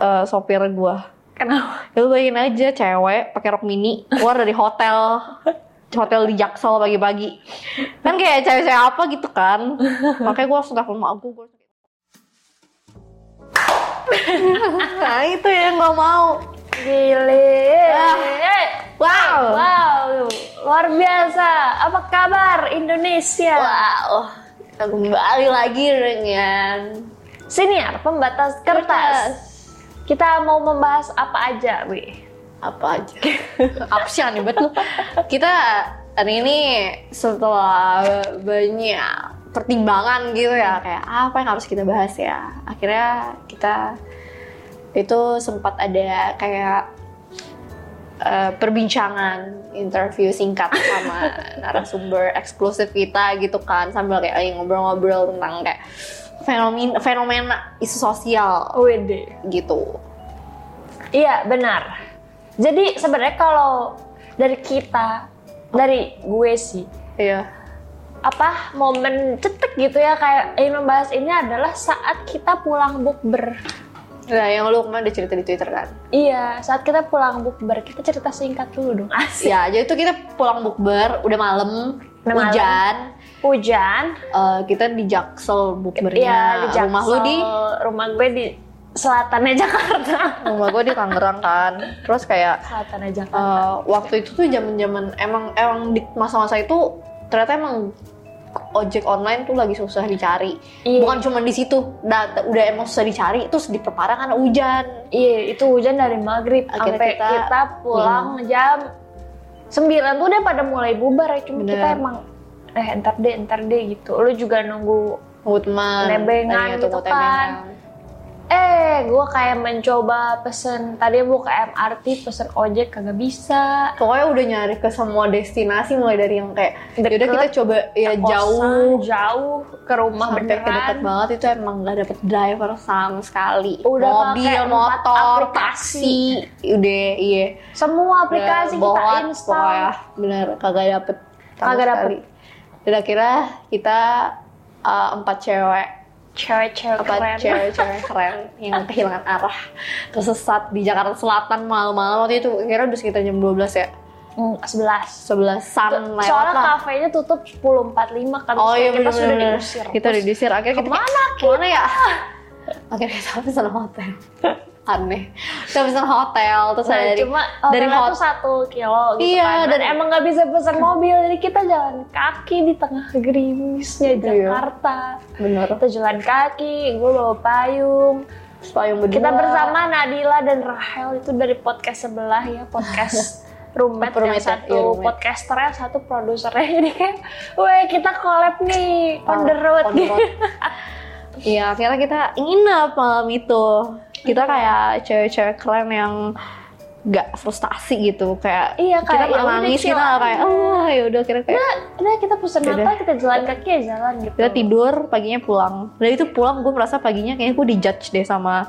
sopir gue. Kenapa? Ya lu bayangin aja cewek pakai rok mini keluar dari hotel di Jaksel pagi-pagi. Kan kayak cewek-cewek apa gitu kan. Makanya gue langsung telepon mak gue. Nah itu yang gak mau. Gile. Wow. Luar biasa. Apa kabar Indonesia? Wow. Kita kembali lagi dengan Siniar Pembatas Kertas. Kita mau membahas apa aja, Wi? Apa aja? Apa sih aneh banget lu? Kita hari ini setelah banyak pertimbangan gitu ya, kayak apa yang harus kita bahas ya. Akhirnya kita itu sempat ada kayak perbincangan interview singkat sama narasumber eksklusif kita gitu kan, sambil kayak ngobrol-ngobrol tentang kayak fenomena isu sosial gitu. Iya benar. Jadi sebenarnya kalau dari kita, dari gue sih, iya, apa momen cetek gitu ya, kayak ingin membahas ini adalah saat kita pulang bukber. Nah, yang lu kemarin udah cerita di Twitter kan? Iya, saat kita pulang bukber, kita cerita singkat dulu dong. Asik. Ya, jadi tuh kita pulang bukber, udah malam, hujan. Kita di Jaksel bukbernya. Iya, di Jaksel. Rumah lu di? Rumah gue di selatannya Jakarta. Rumah gue di Tangerang kan. Terus kayak selatannya Jakarta. Waktu itu tuh zaman-zaman emang di masa-masa itu ternyata emang ojek online tuh lagi susah dicari. Iya. Bukan cuma di situ, udah emang susah dicari, terus diperparah karena hujan. Iya, itu hujan dari maghrib sampai kita pulang jam 9 tuh udah pada mulai bubar ya. Cuma kita emang entar deh gitu. Lu juga nunggu teman nebengan gitu kan. Gue kayak mencoba pesen, tadi mau ke MRT pesen ojek kagak bisa. Pokoknya udah nyari ke semua destinasi, mulai dari yang kayak yaudah kita coba ya jauh ke rumah beneran. Deket banget itu emang gak dapet driver sama sekali. Udah mobil, motor, taksi, udah iya. Semua aplikasi kita install. Pokoknya bener kagak dapet. Dan akhirnya kita 4 cewek keren yang kehilangan arah, tersesat di Jakarta Selatan malam-malam. Waktu itu kira udah sekitar jam 12 ya? 11-an lewat. Soalnya kafenya tutup 10.45 kan. Oh iya, kita sudah diusir. Kita diusir. Akhirnya kemana ya? Akhirnya kita pesan hotel. Aneh. Kita pesan hotel terus dari hotel 1 kilo gitu kan. Dan emang nggak bisa pesan mobil, jadi kita jalan kaki di tengah gerimisnya Jakarta. Bener. Kita jalan kaki, gue bawa payung berdua. Kita bersama Nadila dan Rahel itu dari podcast sebelah ya, podcast roommate yang satu podcaster, yang satu produsernya. Jadi kayak, weh kita collab nih on the road. Iya, akhirnya kita nginep malam itu. Kita kayak cewek-cewek keren yang gak frustasi gitu, kayak kita gak nangis, kita kayak ya udah kira kayak udah kita pesen apa, kita jalan kaki ya jalan gitu. Kita tidur, paginya pulang. Dan itu pulang gue merasa paginya kayaknya gue dijudge deh sama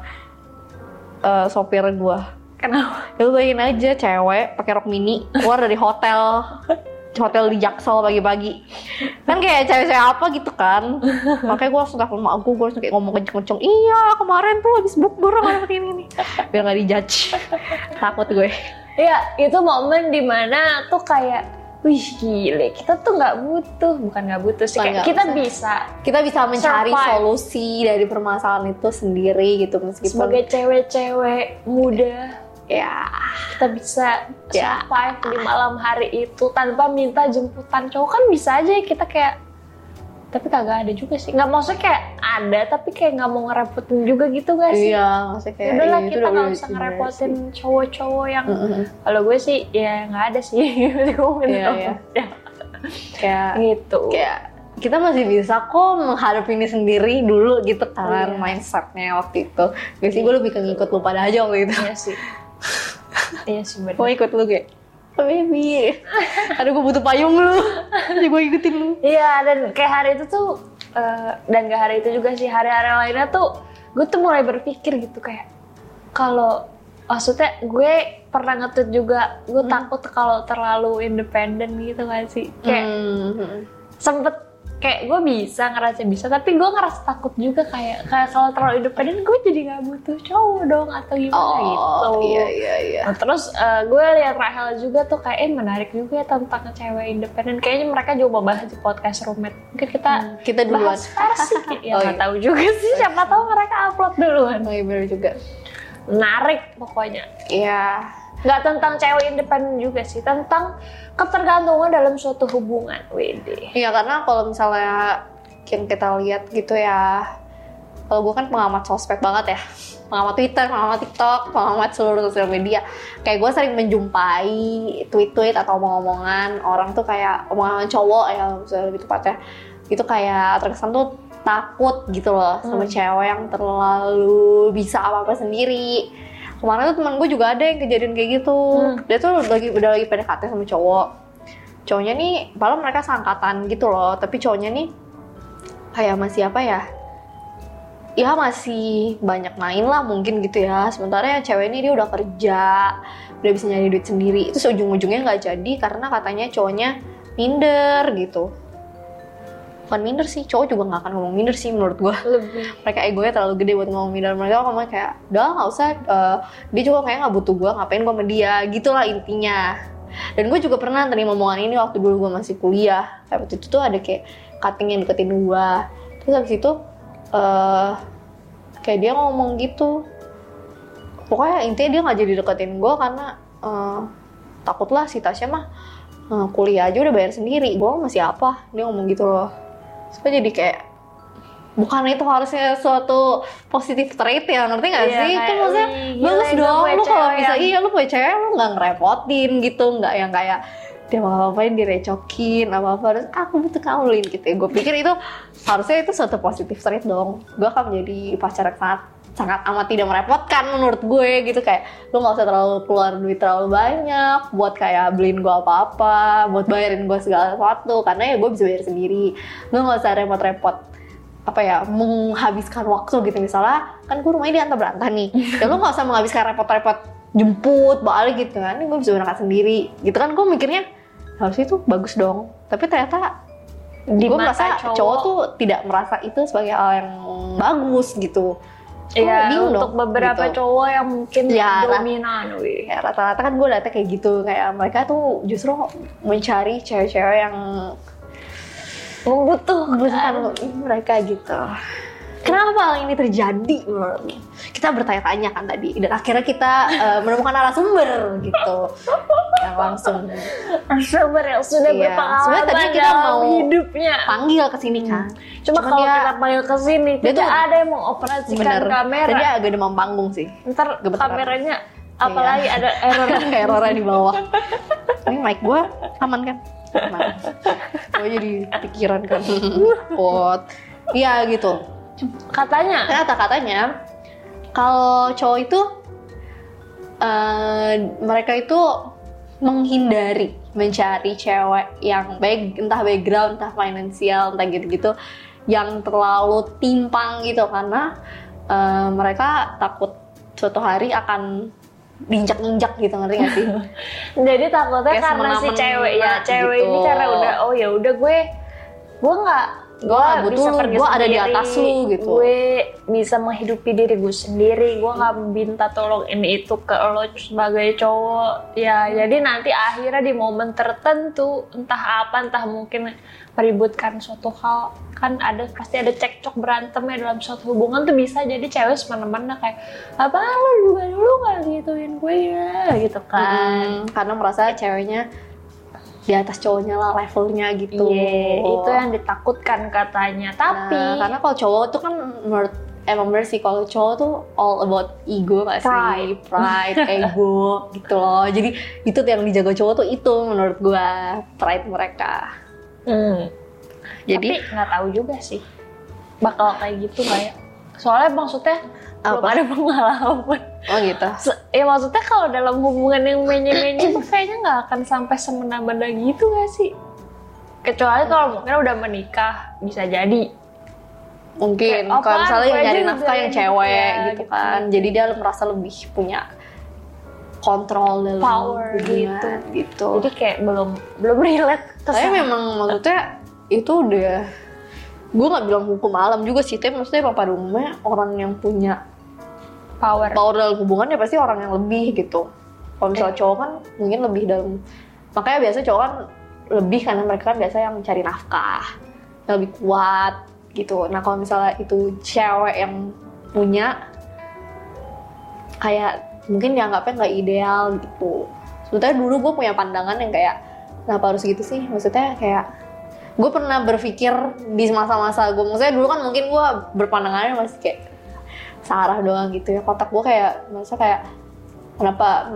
sopir gue. Kenapa? Ya lu bayangin aja cewek pakai rok mini keluar dari hotel di Jaksel pagi-pagi. Kan kayak cewek-cewek apa gitu kan. Makanya gue langsung telepon mak gue langsung kayak ngomong kenceng-kenceng, iya kemarin tuh habis bukber kayak ini biar gak dijudge. Takut gue. Iya, itu momen dimana tuh kayak, wih gile, kita tuh bukan gak butuh sih, kayak kita bisa mencari solusi dari permasalahan itu sendiri gitu, meskipun sebagai cewek-cewek muda. Ya, kita bisa survive di malam hari itu tanpa minta jemputan cowok. Kan bisa aja kita kayak, tapi kagak ada juga sih. Nggak, maksudnya kayak ada tapi kayak nggak mau ngerepotin juga gitu gak sih? Iya, maksudnya kayak udahlah kita nggak usah ngerepotin cowok-cowok yang kalau gue sih ya nggak ada sih. Iya. Kayak gitu. Kayak kita masih bisa kok menghadapi ini sendiri dulu gitu kan, mindsetnya waktu itu. Gak sih, gue lebih ke ngikut lu pada aja waktu itu. Iya sih. Iya sih benar. Mau ikut lu kayak, oh baby, aduh gue butuh payung lu, jadi gue ikutin lu. Iya, dan kayak hari itu tuh, dan gak hari itu juga sih, hari-hari lainnya tuh, gue tuh mulai berpikir gitu kayak, kalau maksudnya gue pernah nge-tweet juga, gue takut kalau terlalu independen gitu kan sih, kayak sempet kayak gue bisa ngerasa bisa, tapi gue ngerasa takut juga kayak kalau terlalu independen gue jadi nggak butuh cowok dong atau gimana gitu. Iya. Nah, terus gue lihat Rahel juga tuh kayak menarik juga ya tentang cewek independen. Kayaknya mereka juga bahas di podcast Roommate. Mungkin kita duluan bahas versi. Ya nggak tahu juga sih. Siapa tahu mereka upload duluan. Oh iya benar juga. Menarik pokoknya. Iya. Nggak tentang cewek independen juga sih, tentang ketergantungan dalam suatu hubungan. WD. Iya, karena kalau misalnya yang kita lihat gitu ya, kalau gue kan pengamat sosmed banget ya, pengamat Twitter, pengamat TikTok, pengamat seluruh sosial media. Kayak gue sering menjumpai tweet-tweet atau omong-omongan orang tuh kayak omongan cowok ya, misalnya lebih tepatnya, itu kayak terkesan tuh takut gitu loh sama cewek yang terlalu bisa apa-apa sendiri. Kemarin tuh teman gue juga ada yang kejadian kayak gitu. Dia tuh udah lagi PDKT sama cowok. Cowoknya nih, padahal mereka seangkatan gitu loh. Tapi cowoknya nih kayak masih apa ya? Ya masih banyak main lah mungkin gitu ya. Sementara ya cewek ini dia udah kerja, udah bisa nyari duit sendiri. Itu ujung-ujungnya nggak jadi karena katanya cowoknya minder gitu. Bukan minder sih, cowok juga gak akan ngomong minder sih menurut gue. Mereka egonya terlalu gede buat ngomong minder. Mereka ngomong kayak, udah gak usah, dia juga kayak gak butuh gue, ngapain gue sama dia, gitulah intinya. Dan gue juga pernah terima omongan ini waktu dulu gue masih kuliah. Kayak waktu itu tuh ada kayak cutting yang deketin gue. Terus habis itu kayak dia ngomong gitu, pokoknya intinya dia gak jadi deketin gue karena takutlah si Tasya mah kuliah aja udah bayar sendiri, gue masih apa, dia ngomong gitu loh. So jadi kayak bukan itu harusnya suatu positif trait ya, ngerti gak sih? Itu maksudnya bagus dong, lu kalau bisa lu punya cewek lu gak ngerepotin gitu, gak yang kayak dia mau ngapain direcokin apa-apa harus aku butuh kamu Lin gitu ya. Gue pikir itu harusnya itu suatu positif trait dong. Gue akan menjadi pacar yang sangat amat tidak merepotkan menurut gue gitu, kayak lu nggak usah terlalu keluar duit terlalu banyak buat kayak beliin gue apa-apa, buat bayarin gue segala sesuatu karena ya gue bisa bayar sendiri. Lu nggak usah repot-repot apa ya menghabiskan waktu gitu, misalnya kan gue rumahnya di Antah-Berantah nih, ya lu nggak usah menghabiskan repot-repot jemput balik gitu kan, gue bisa berangkat sendiri gitu kan. Gue mikirnya harusnya itu bagus dong, tapi ternyata gue merasa cowok tuh tidak merasa itu sebagai hal yang bagus gitu. Iya, untuk beberapa gitu. Cowok yang mungkin ya, dominan, ya, rata-rata kan gue liatnya kayak gitu, kayak mereka tuh justru mencari cewek-cewek yang membutuhkan mereka gitu. Kenapa hal ini terjadi menurutmu? Kita bertanya-tanya kan tadi, dan akhirnya kita menemukan narasumber gitu yang langsung narasumber yang sudah berpengalaman sebenarnya tadi kita mau hidupnya panggil ke sini kan. Cuma kalau kita panggil ke sini tidak ada yang mengoperasikan kamera. Tadi agak demam panggung sih. Ntar kameranya apalagi ada errornya di bawah. Ini mic gue aman kan? Aman. Gue jadi pikiran kan. Pot. Iya gitu. Katanya kalau cowok itu mereka itu menghindari mencari cewek yang baik, entah background, entah finansial, entah gitu-gitu yang terlalu timpang gitu, karena mereka takut suatu hari akan diinjak-injak gitu, ngerti gak sih? Jadi takutnya kayak karena si cewek ya, cewek gitu. Ini karena udah gue nggak butuh lu, gue ada di atas lu gitu. Gue bisa menghidupi diri gue sendiri, gue nggak minta tolong ini itu ke lo sebagai cowok ya. Jadi nanti akhirnya di momen tertentu entah mungkin meributkan suatu hal, kan pasti ada cekcok berantemnya dalam suatu hubungan tuh. Bisa jadi cewek semena-mena kayak apa lo juga dulu nggak gituin gue ya gitu kan, karena merasa ceweknya di atas cowoknya lah levelnya gitu. Itu yang ditakutkan katanya. Tapi karena kalau cowok tuh kan emang bener sih, kalau cowok tuh all about ego gak sih? Pride, ego gitu loh. Jadi itu yang dijaga cowok tuh itu menurut gue pride mereka. Jadi nggak tahu juga sih bakal kayak gitu kayak. Soalnya maksudnya belum ada pengalaman. Oh gitu. Ya maksudnya kalau dalam hubungan yang menye-menye tuh kayaknya nggak akan sampai semena-mena gitu nggak sih? Kecuali kalau mungkin udah menikah, bisa jadi. Mungkin kalau misalnya yang nyari nafkah yang cewek gitu kan, jadi dia merasa lebih punya kontrol dalam power gitu. Jadi kayak belum relate. Tapi memang maksudnya itu udah gue nggak bilang hukum alam juga sih, tapi maksudnya pada umumnya orang yang punya power dalam hubungan ya pasti orang yang lebih gitu. Kalau misalnya cowok kan mungkin lebih dalam, makanya biasa cowok kan lebih karena mereka kan biasa yang mencari nafkah, yang lebih kuat gitu. Nah kalau misalnya itu cewek yang punya, kayak mungkin dianggapnya nggak ideal gitu. Sebetulnya dulu gue punya pandangan yang kayak, kenapa harus gitu sih? Maksudnya kayak gue pernah berpikir di masa-masa gue, maksudnya dulu kan mungkin gue berpandangannya masih kayak Sarah doang gitu ya. Kotak gue kayak, maksudnya kayak kenapa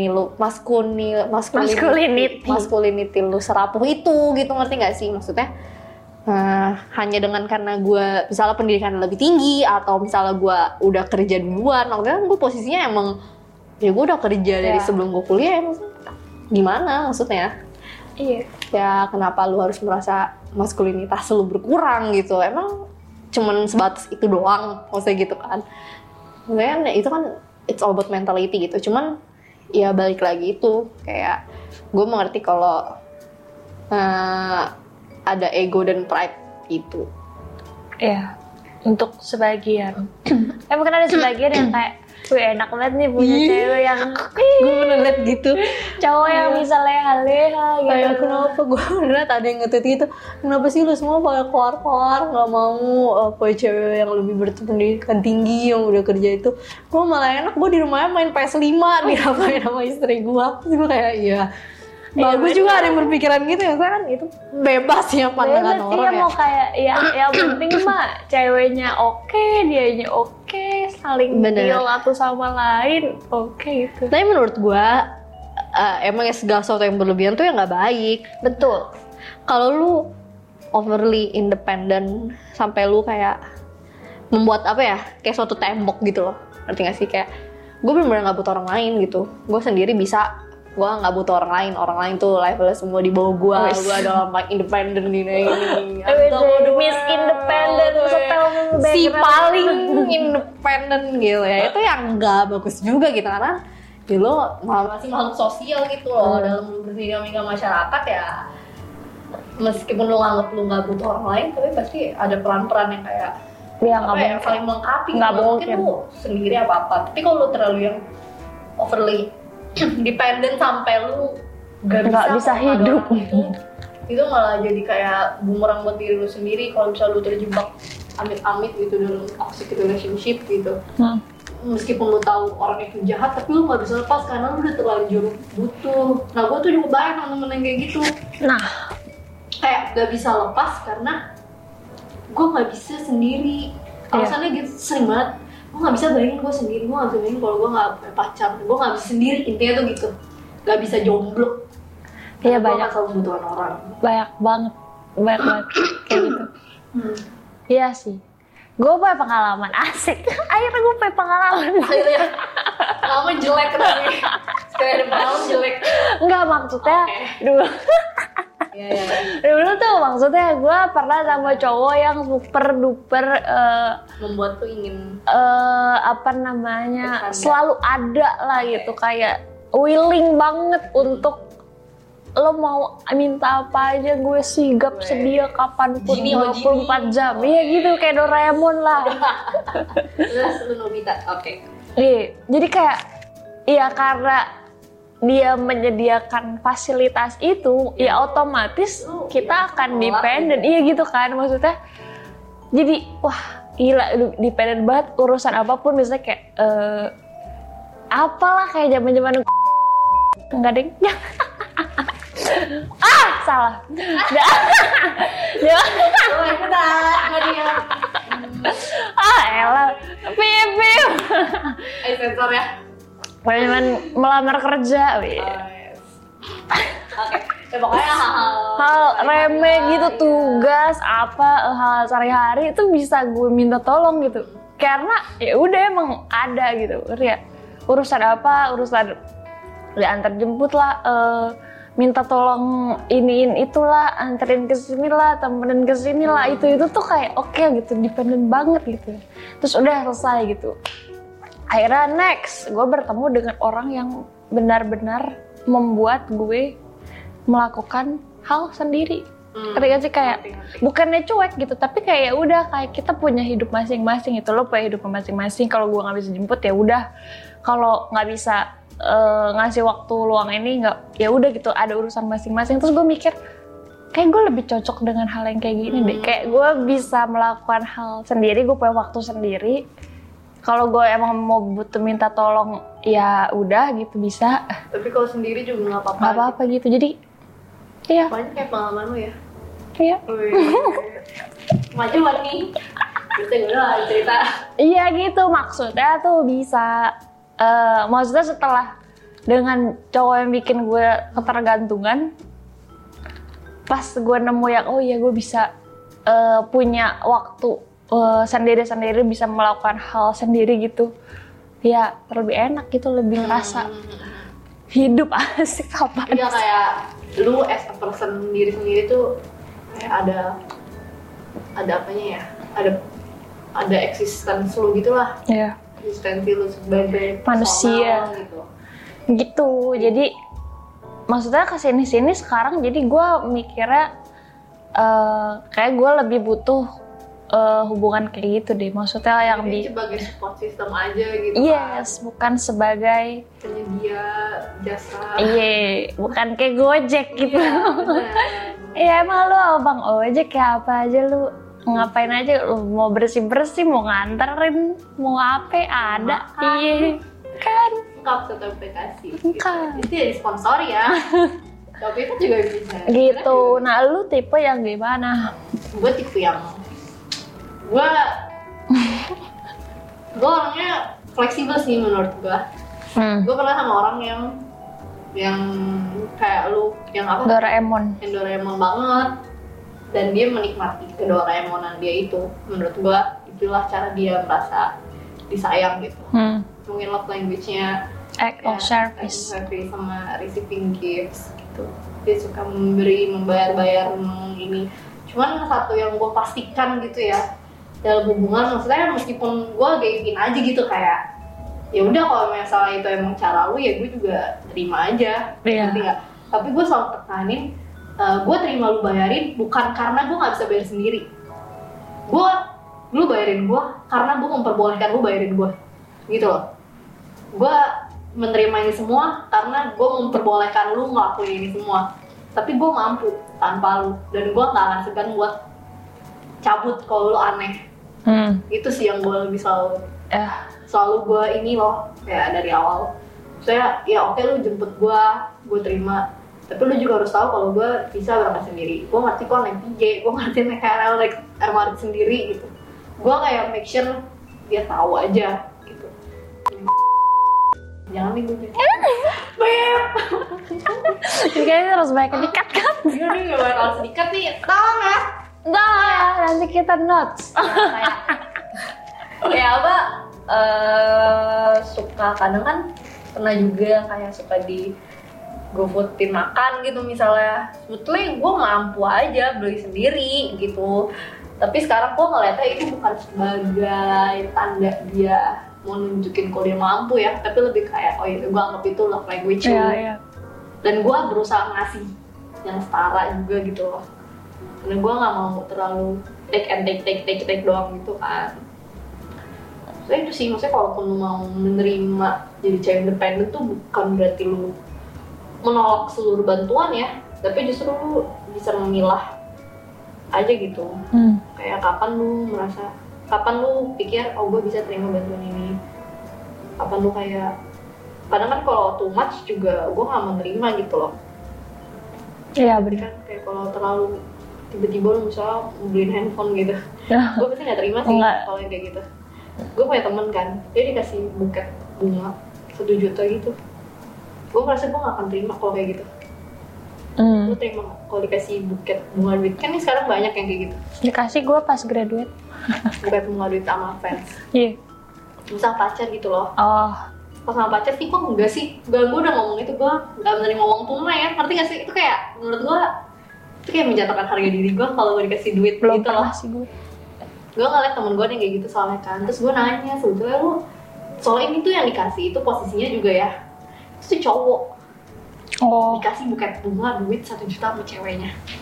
masculinity lu serapuh itu gitu, ngerti gak sih? Maksudnya hanya dengan karena gue misalnya pendidikan lebih tinggi atau misalnya gue udah kerja duluan, waktu itu kan gue posisinya emang ya gue udah kerja dari sebelum gue kuliah ya, maksudnya gimana maksudnya? Iya. Ya kenapa lu harus merasa maskulinitas lu berkurang gitu? Emang cuman sebatas itu doang, maksudnya gitu kan? Maksudnya itu kan it's all about mentality gitu. Cuman ya balik lagi itu kayak gue mengerti kalau ada ego dan pride gitu. Iya. Untuk sebagian. Mungkin ada sebagian yang kayak, wih enak banget nih punya cewek yang gue pernah liat gitu, cowok yang bisa leha-leha gitu. Kayak kenapa gue liat ada yang nge-tweet gitu, kenapa sih lu semua pada keluar-keluar nggak mau cewek yang lebih berpendidikan tinggi yang udah kerja itu. Gue malah enak, gue di rumahnya main PS5 dirapain sama istri gue. Terus gue kayak iya bagus juga ada yang berpikiran gitu ya, kan itu bebas ya pandangan bebas, orang iya, ya. mau kayak ya penting mah ceweknya oke, dianya oke, saling deal satu sama lain oke gitu. Tapi menurut gue emang segala sesuatu yang berlebihan tuh ya nggak baik. Betul. Kalau lu overly independent sampai lu kayak membuat apa ya, kayak suatu tembok gitu loh, ngerti gak sih? Kayak gue bener-bener nggak butuh orang lain gitu, gue sendiri bisa, gue nggak butuh orang lain tuh levelnya semua di bawah gue adalah paling independen gini. Miss Independent, si paling independen gitu ya, itu yang nggak bagus juga gitu, karena ya lo masih makhluk sosial gitu loh, dalam berdinamika masyarakat ya. Meskipun lo nganggap lo nggak butuh orang lain, tapi pasti ada peran-peran yang kayak yang saling melengkapi. Nggak mungkin lo sendiri apa-apa, tapi kalau lo terlalu yang overly dependent sampai lu gak bisa hidup itu malah jadi kayak bumerang buat diri lu sendiri. Kalau misalnya lu terjebak amit-amit gitu dalam toxic relationship gitu, meskipun lu tahu orang itu jahat tapi lu gak bisa lepas karena lu udah terlanjur butuh. Nah gue tuh juga banyak temen yang kayak gitu, kayak gak bisa lepas karena gue gak bisa sendiri. Alasannya gitu sering banget, gue gak bisa bayangin gue sendiri, gue gak bisa bayangin kalau gue gak punya pacar, gue gak bisa sendiri, intinya tuh gitu, gak bisa jomblo. Iya banyak, gue selalu butuhan orang. Banyak banget kayak gitu. Iya sih, gue punya pengalaman asik. Akhirnya gue punya pengalaman. Pengalaman jelek tapi sekali ada pengalaman jelek. Enggak, maksudnya dulu dulu tuh maksudnya gue pernah sama cowok yang super duper membuat tuh ingin selalu ada lah gitu, kayak willing banget untuk lo mau minta apa aja gue sigap sedia kapanpun 24 jam. Iya gitu, kayak Doraemon lah. Terus lu Nobita, oke. Iya, jadi kayak iya karena dia menyediakan fasilitas itu, ya otomatis kita akan dependen. Iya gitu kan, maksudnya. Jadi wah gila, dependen banget urusan apapun, misalnya kayak apalah kayak zaman-zaman enggak deng. Salah. Elah. Pip. Sensor ya. Zaman melamar kerja, Oke. Ya pokoknya hal remeh gitu, tugas apa hal sehari-hari itu bisa gue minta tolong gitu. Karena ya udah emang ada gitu. Ya, urusan apa, urusan diantar jemput lah, minta tolong iniin itulah, anterin ke sini lah, temenin ke sini lah, itu tuh kayak oke gitu, dependen banget gitu. Terus udah selesai gitu. Akhirnya next, gue bertemu dengan orang yang benar-benar membuat gue melakukan hal sendiri. Ngerti gak sih kayak bukannya cuek gitu, tapi kayak udah kayak kita punya hidup masing-masing gitu. Lo punya hidup masing-masing. Kalau gue nggak bisa jemput ya udah. Kalau nggak bisa ngasih waktu luang ini nggak, ya udah gitu. Ada urusan masing-masing. Terus gue mikir kayak gue lebih cocok dengan hal yang kayak gini deh. Kayak gue bisa melakukan hal sendiri. Gue punya waktu sendiri. Kalau gue emang mau butuh minta tolong ya udah gitu bisa. Tapi kalau sendiri juga nggak apa-apa. Nggak apa-apa gitu. Jadi iya. Banyak kayak pengalaman lu ya. Iya. Maju nih. Bisa udah cerita. Iya gitu maksudnya tuh bisa. Maksudnya setelah dengan cowok yang bikin gue ketergantungan, pas gue nemu yang oh iya gue bisa punya waktu sendiri-sendiri, bisa melakukan hal sendiri gitu. Ya lebih enak gitu, lebih ngerasa hidup asik apa. Iya kayak lu as a person sendiri tuh kayak ada apanya ya, ada existence lu gitulah. Iya. Eksistensi lu sebagai manusia gitu. Jadi maksudnya kesini-sini sekarang jadi gue mikirnya kayak gue lebih butuh hubungan kayak gitu deh. Maksudnya yang sebagai support system aja gitu. Yes, kan? Bukan sebagai penyedia jasa. Iya, bukan kayak Gojek gitu. Iya emang lu abang ojek ya apa aja lu ngapain aja, lu mau bersih-bersih, mau nganterin, mau apa ada. Iya kan. Lengkap satu aplikasi. Lengkap. Itu ya disponsori ya. Tapi itu juga bisa. Gitu. Nah lu tipe yang gimana? Gue tipe yang gue orangnya fleksibel sih menurut gue. Gue pernah sama orang yang kayak lu, yang apa? Doraemon. Yang Doraemon banget. Dan dia menikmati kedoraemonan dia itu. Menurut gue itulah cara dia merasa disayang gitu. Mungkin love language-nya act of service sama receiving gifts gitu. Dia suka memberi, membayar ini. Cuman satu yang gue pastikan gitu ya dalam hubungan, maksudnya meskipun gue gayipin aja gitu kayak ya udah kalau misalnya itu emang cara lu ya gue juga terima aja. Iya. Tapi gue selalu tekanin gue terima lu bayarin bukan karena gue nggak bisa bayar sendiri. Lu bayarin gue karena gue memperbolehkan lu bayarin gue gitu loh. Gue menerima ini semua karena gue memperbolehkan lu ngelakuin ini semua. Tapi gue mampu tanpa lu, dan gue nggak akan segan buat cabut kalau lu aneh. Itu sih yang gue lebih selalu gue ini loh kayak dari awal. Saya ya oke, lu jemput gue terima. Tapi lu juga harus tahu kalau gue bisa berangkat sendiri. Gue ngerti kok naik PJ, gue ngerti naik KRL, naik MRT sendiri gitu. Gue kayak make sure dia tahu aja gitu. Jangan nih gue jadi Beb. Jadi kayaknya harus banyak dikat kan? Iya nih gak bakal sedikat nih. Tolong ya. Enggak ya, nanti kita notes. Kayak apa? Suka kadang kan pernah juga kayak suka di GoFoodin makan gitu misalnya. Sebetulnya gue mampu aja beli sendiri gitu. Tapi sekarang gue ngeliatnya itu bukan sebagai tanda dia mau nunjukin kalau dia mampu ya, tapi lebih kayak oh iya gue anggap itu love language. Iya. Dan gue berusaha ngasih yang setara juga gitu loh. Karena gue nggak mau terlalu take doang gitu kan. So itu sih, maksudnya kalaupun lu mau menerima jadi cewek independen tuh bukan berarti lu menolak seluruh bantuan ya, tapi justru lu bisa memilah aja gitu. Kayak kapan lu pikir oh gue bisa terima bantuan ini, kapan lu kayak kadang kan kalau too much juga gue nggak mau nerima gitu loh. Iya benar. Kan kayak kalau terlalu tiba-tiba lu misalnya beliin handphone gitu, gue pasti nggak terima sih kalau yang kayak gitu. Gue punya temen kan, dia dikasih buket bunga 1 juta gitu. Gue merasa gue gak akan terima kalau kayak gitu. Lu terima gak kalau dikasih buket bunga duit? Kan ini sekarang banyak yang kayak gitu. Dikasih gue pas graduate. Buket bunga duit sama fans. Iya. Misal pacar gitu loh. Oh. Pas sama pacar sih kok enggak sih? Gue udah ngomong itu, gue gak menerima uang tunai ya. Ngerti gak sih? Itu kayak menurut gue itu kayak menjatuhkan harga diri gue kalau gue dikasih duit. Belum gitu pernah loh. sih gue. Gue ngeliat temen gue yang kayak gitu soalnya kan. Terus gue nanya sebetulnya lu soalnya ini tuh yang dikasih itu posisinya juga ya itu cowok. Dikasih buket bunga duit 1 juta sama ceweknya.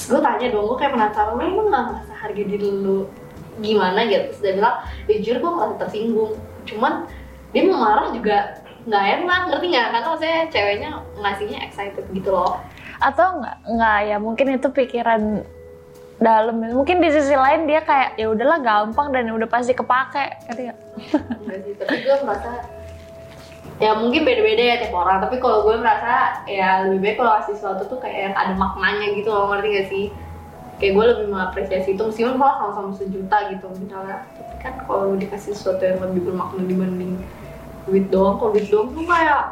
Terus gue tanya dong, gue kayak penasaran, lo emang gak merasa harga diri lu gimana gitu? Terus dia bilang, jujur gue merasa tersinggung. Cuman dia mau marah juga nggak enak, ngerti nggak? Karena maksudnya ceweknya ngasihnya excited gitu loh. Atau nggak ya, mungkin itu pikiran dalam. Mungkin di sisi lain dia kayak ya udahlah gampang dan udah pasti kepake, ngerti nggak? Enggak sih, tapi gue merasa ya mungkin beda-beda ya tiap orang. Tapi kalau gue merasa ya lebih baik kalau kasih sesuatu tuh kayak ada maknanya gitu loh, ngerti nggak sih? Kayak gue lebih mengapresiasi itu meskipun kalau sama-sama 1 juta gitu misalnya. Tapi kan kalau dikasih sesuatu yang lebih bermakna dibanding duit doang, kalau duit doang tuh kayak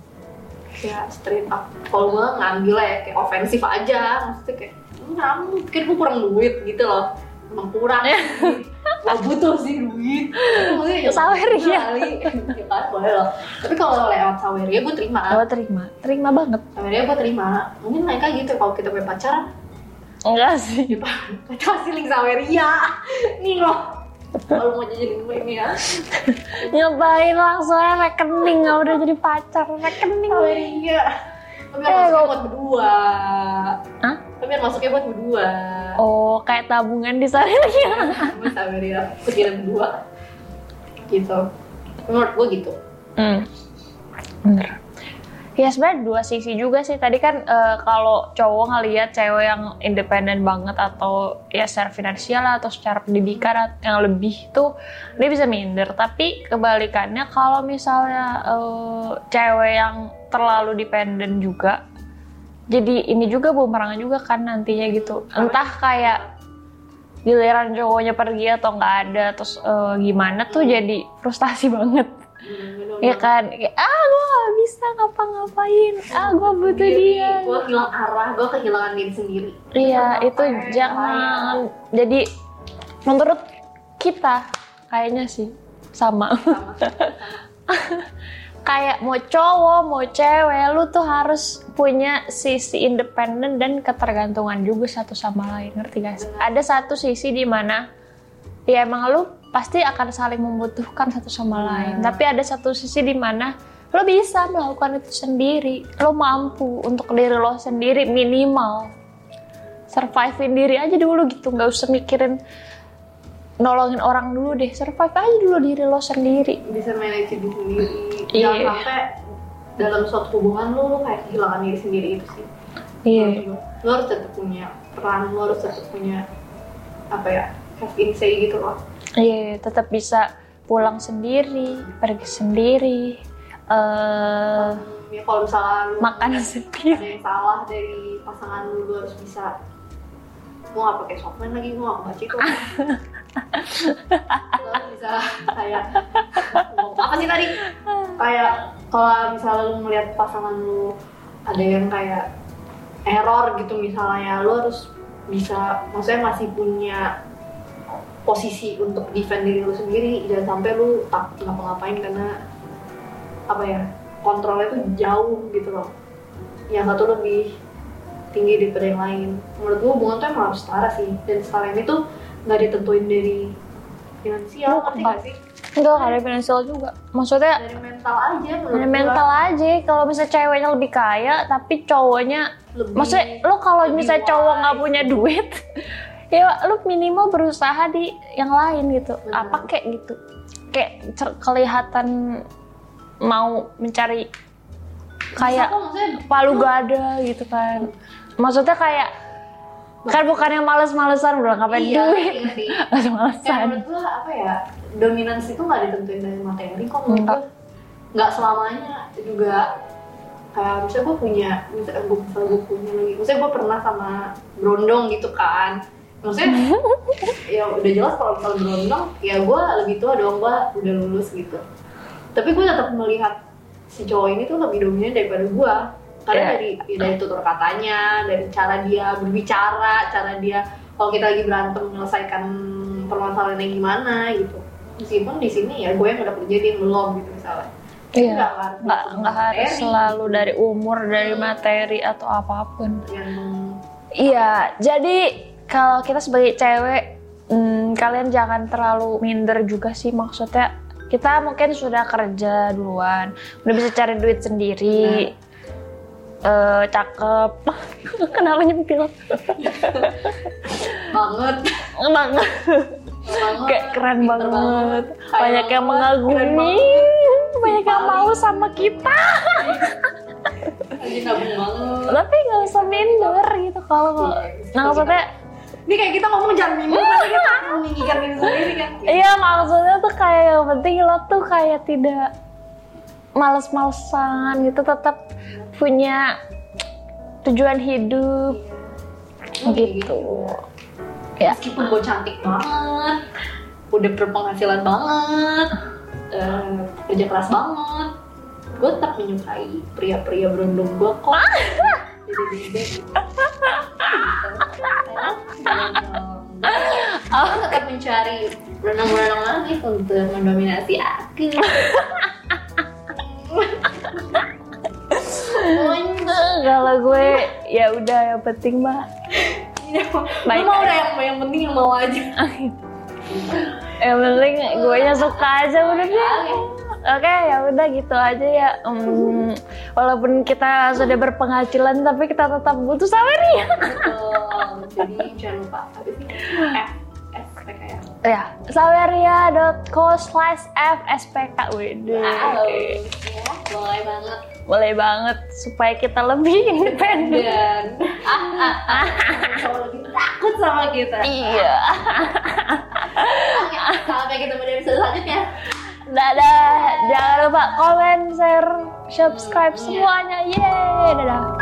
ya straight up. Kalau gue ngambil ya kayak ofensif aja, maksudnya kayak kamu pikir gue kurang duit gitu loh. Emang kurang sih, gak butuh sih duit. Maksudnya Saweria ya kan boleh loh. Tapi kalau lewat Saweria gue terima. Oh terima banget. Saweria gue terima. Mungkin mereka gitu kalau kita punya pacar. Enggak sih. Kasih link Saweria. Nih loh. Kalau mau jajanin gue ini ya. Nyobain langsung rekening, nggak udah jadi pacar rekening. Saweria. Tapi masuknya buat berdua. Hah? Tapi masuknya buat berdua. Oh, kayak tabungan di Saweria. Buat Saweria, kita berdua. Gitu. Menurut gue gitu. Bener. Ya sebenarnya dua sisi juga sih. Tadi kan kalau cowok ngelihat cewek yang independen banget atau ya secara finansial atau secara pendidikan yang lebih tuh dia bisa minder. Tapi kebalikannya kalau misalnya cewek yang terlalu dependen juga, jadi ini juga bumerang juga kan nantinya gitu. Entah kayak giliran cowoknya pergi atau nggak ada, terus gimana tuh jadi frustasi banget. Ya kan, gue gak bisa ngapa-ngapain, gue butuh dia. Gue hilang arah, gue kehilangan diri sendiri. Iya, itu jangan. Jadi menurut kita kayaknya sih sama. Kayak mau cowok, mau cewek, lu tuh harus punya sisi independen dan ketergantungan juga satu sama lain, ngerti gak sih? Ada satu sisi di mana ya emang lu pasti akan saling membutuhkan satu sama lain. Tapi ada satu sisi di mana lo bisa melakukan itu sendiri. Lo mampu untuk diri lo sendiri minimal. Survive-in diri aja dulu gitu. Nggak usah mikirin nolongin orang dulu deh. Survive aja dulu diri lo sendiri. Bisa manage diri sendiri. Iya. Jangan sampai dalam suatu hubungan lo kayak kehilangan diri sendiri itu sih. Iya. Lo harus tetap punya peran, lo harus tetap punya apa ya, have in say gitu loh. Iya, tetap bisa pulang sendiri, pergi sendiri, ya kalau misalnya makan sendiri. Ada yang salah dari pasangan lu harus bisa. Gue gak pakai softman lagi, gue gak baca itu. Lalu bisa kayak apa sih tadi? Kayak kalau misalnya lu melihat pasangan lu ada yang kayak error gitu misalnya, lu harus bisa, maksudnya masih punya posisi untuk defend diri lu sendiri. Jangan sampai lu takut ngapa-ngapain karena apa ya, kontrolnya tuh jauh gitu loh. Yang satu lebih tinggi daripada yang lain. Menurut gue hubungan tuh emang harus setara sih. Dan setara ini tuh gak ditentuin dari finansial, ngerti gak sih? Enggak, ada finansial juga. Maksudnya dari mental aja. dari mental aja. Kalau misalnya ceweknya lebih kaya tapi cowoknya lebih, maksudnya lo kalau misalnya cowok nggak punya duit ya lu minimal berusaha di yang lain gitu. Bener. Apa kayak gitu, kayak kelihatan mau mencari kayak palu gada gitu kan. Maksudnya kayak kan bukan yang males-malesan udah ngapain duit. Males-malesan. Menurut gue apa ya, dominansi itu nggak ditentuin dari materi kok. Menurut gue nggak selamanya juga. Kayak misalnya gue punya, misalnya gue punya lagi, misalnya gue pernah sama berondong gitu kan. Maksudnya ya udah jelas kalau misalnya berondong ya gue lebih tua dong, gue udah lulus gitu. Tapi gue tetap melihat si cowok ini tuh lebih dominan daripada gue. Karena dari tutur katanya, dari cara dia berbicara, cara dia kalau kita lagi berantem menyelesaikan permasalahannya gimana gitu. Meskipun di sini ya gue yang udah kerja, dia belum gitu misalnya. Iya, nggak harus selalu dari umur, dari materi atau apapun. Iya, jadi kalau kita sebagai cewek, kalian jangan terlalu minder juga sih. Maksudnya kita mungkin sudah kerja duluan, udah bisa cari duit sendiri. cakep. Kenapa nyempil? banget. Kayak keren banget. Banyak yang mengagumi, banyak yang mau sama kita. Lagi nabung banget. Tapi nggak usah minder gitu kalau maksudnya. Ini kayak kita ngomong jangan minder, tapi kita meninggikan diri sendiri kan. Iya, maksudnya tuh kayak yang penting lo tuh kayak tidak males-malesan gitu, tetap punya tujuan hidup gitu. Ya. Meskipun gue cantik banget, udah berpenghasilan banget, kerja keras banget, gue tetap menyukai pria-pria berundung gue kok. Aku tetap mencari berenang-berenang lagi untuk mendominasi aku. Kalau gue ya udah, yang penting mah baik. Mau udah yang penting yang mau aja. Yang penting gue nya suka aja udah deh. Oke, ya udah gitu aja ya. Walaupun kita sudah berpenghasilan, tapi kita tetap butuh Saweria. Jadi jangan lupa FSPK ya. Saweria.co/fspk. Wow, ya, boleh banget supaya kita lebih independen. Lebih takut sama kita. Iya. Sampai ketemu di episode selanjutnya. Dadah, jangan lupa komen, share, subscribe semuanya. Yeay, dadah.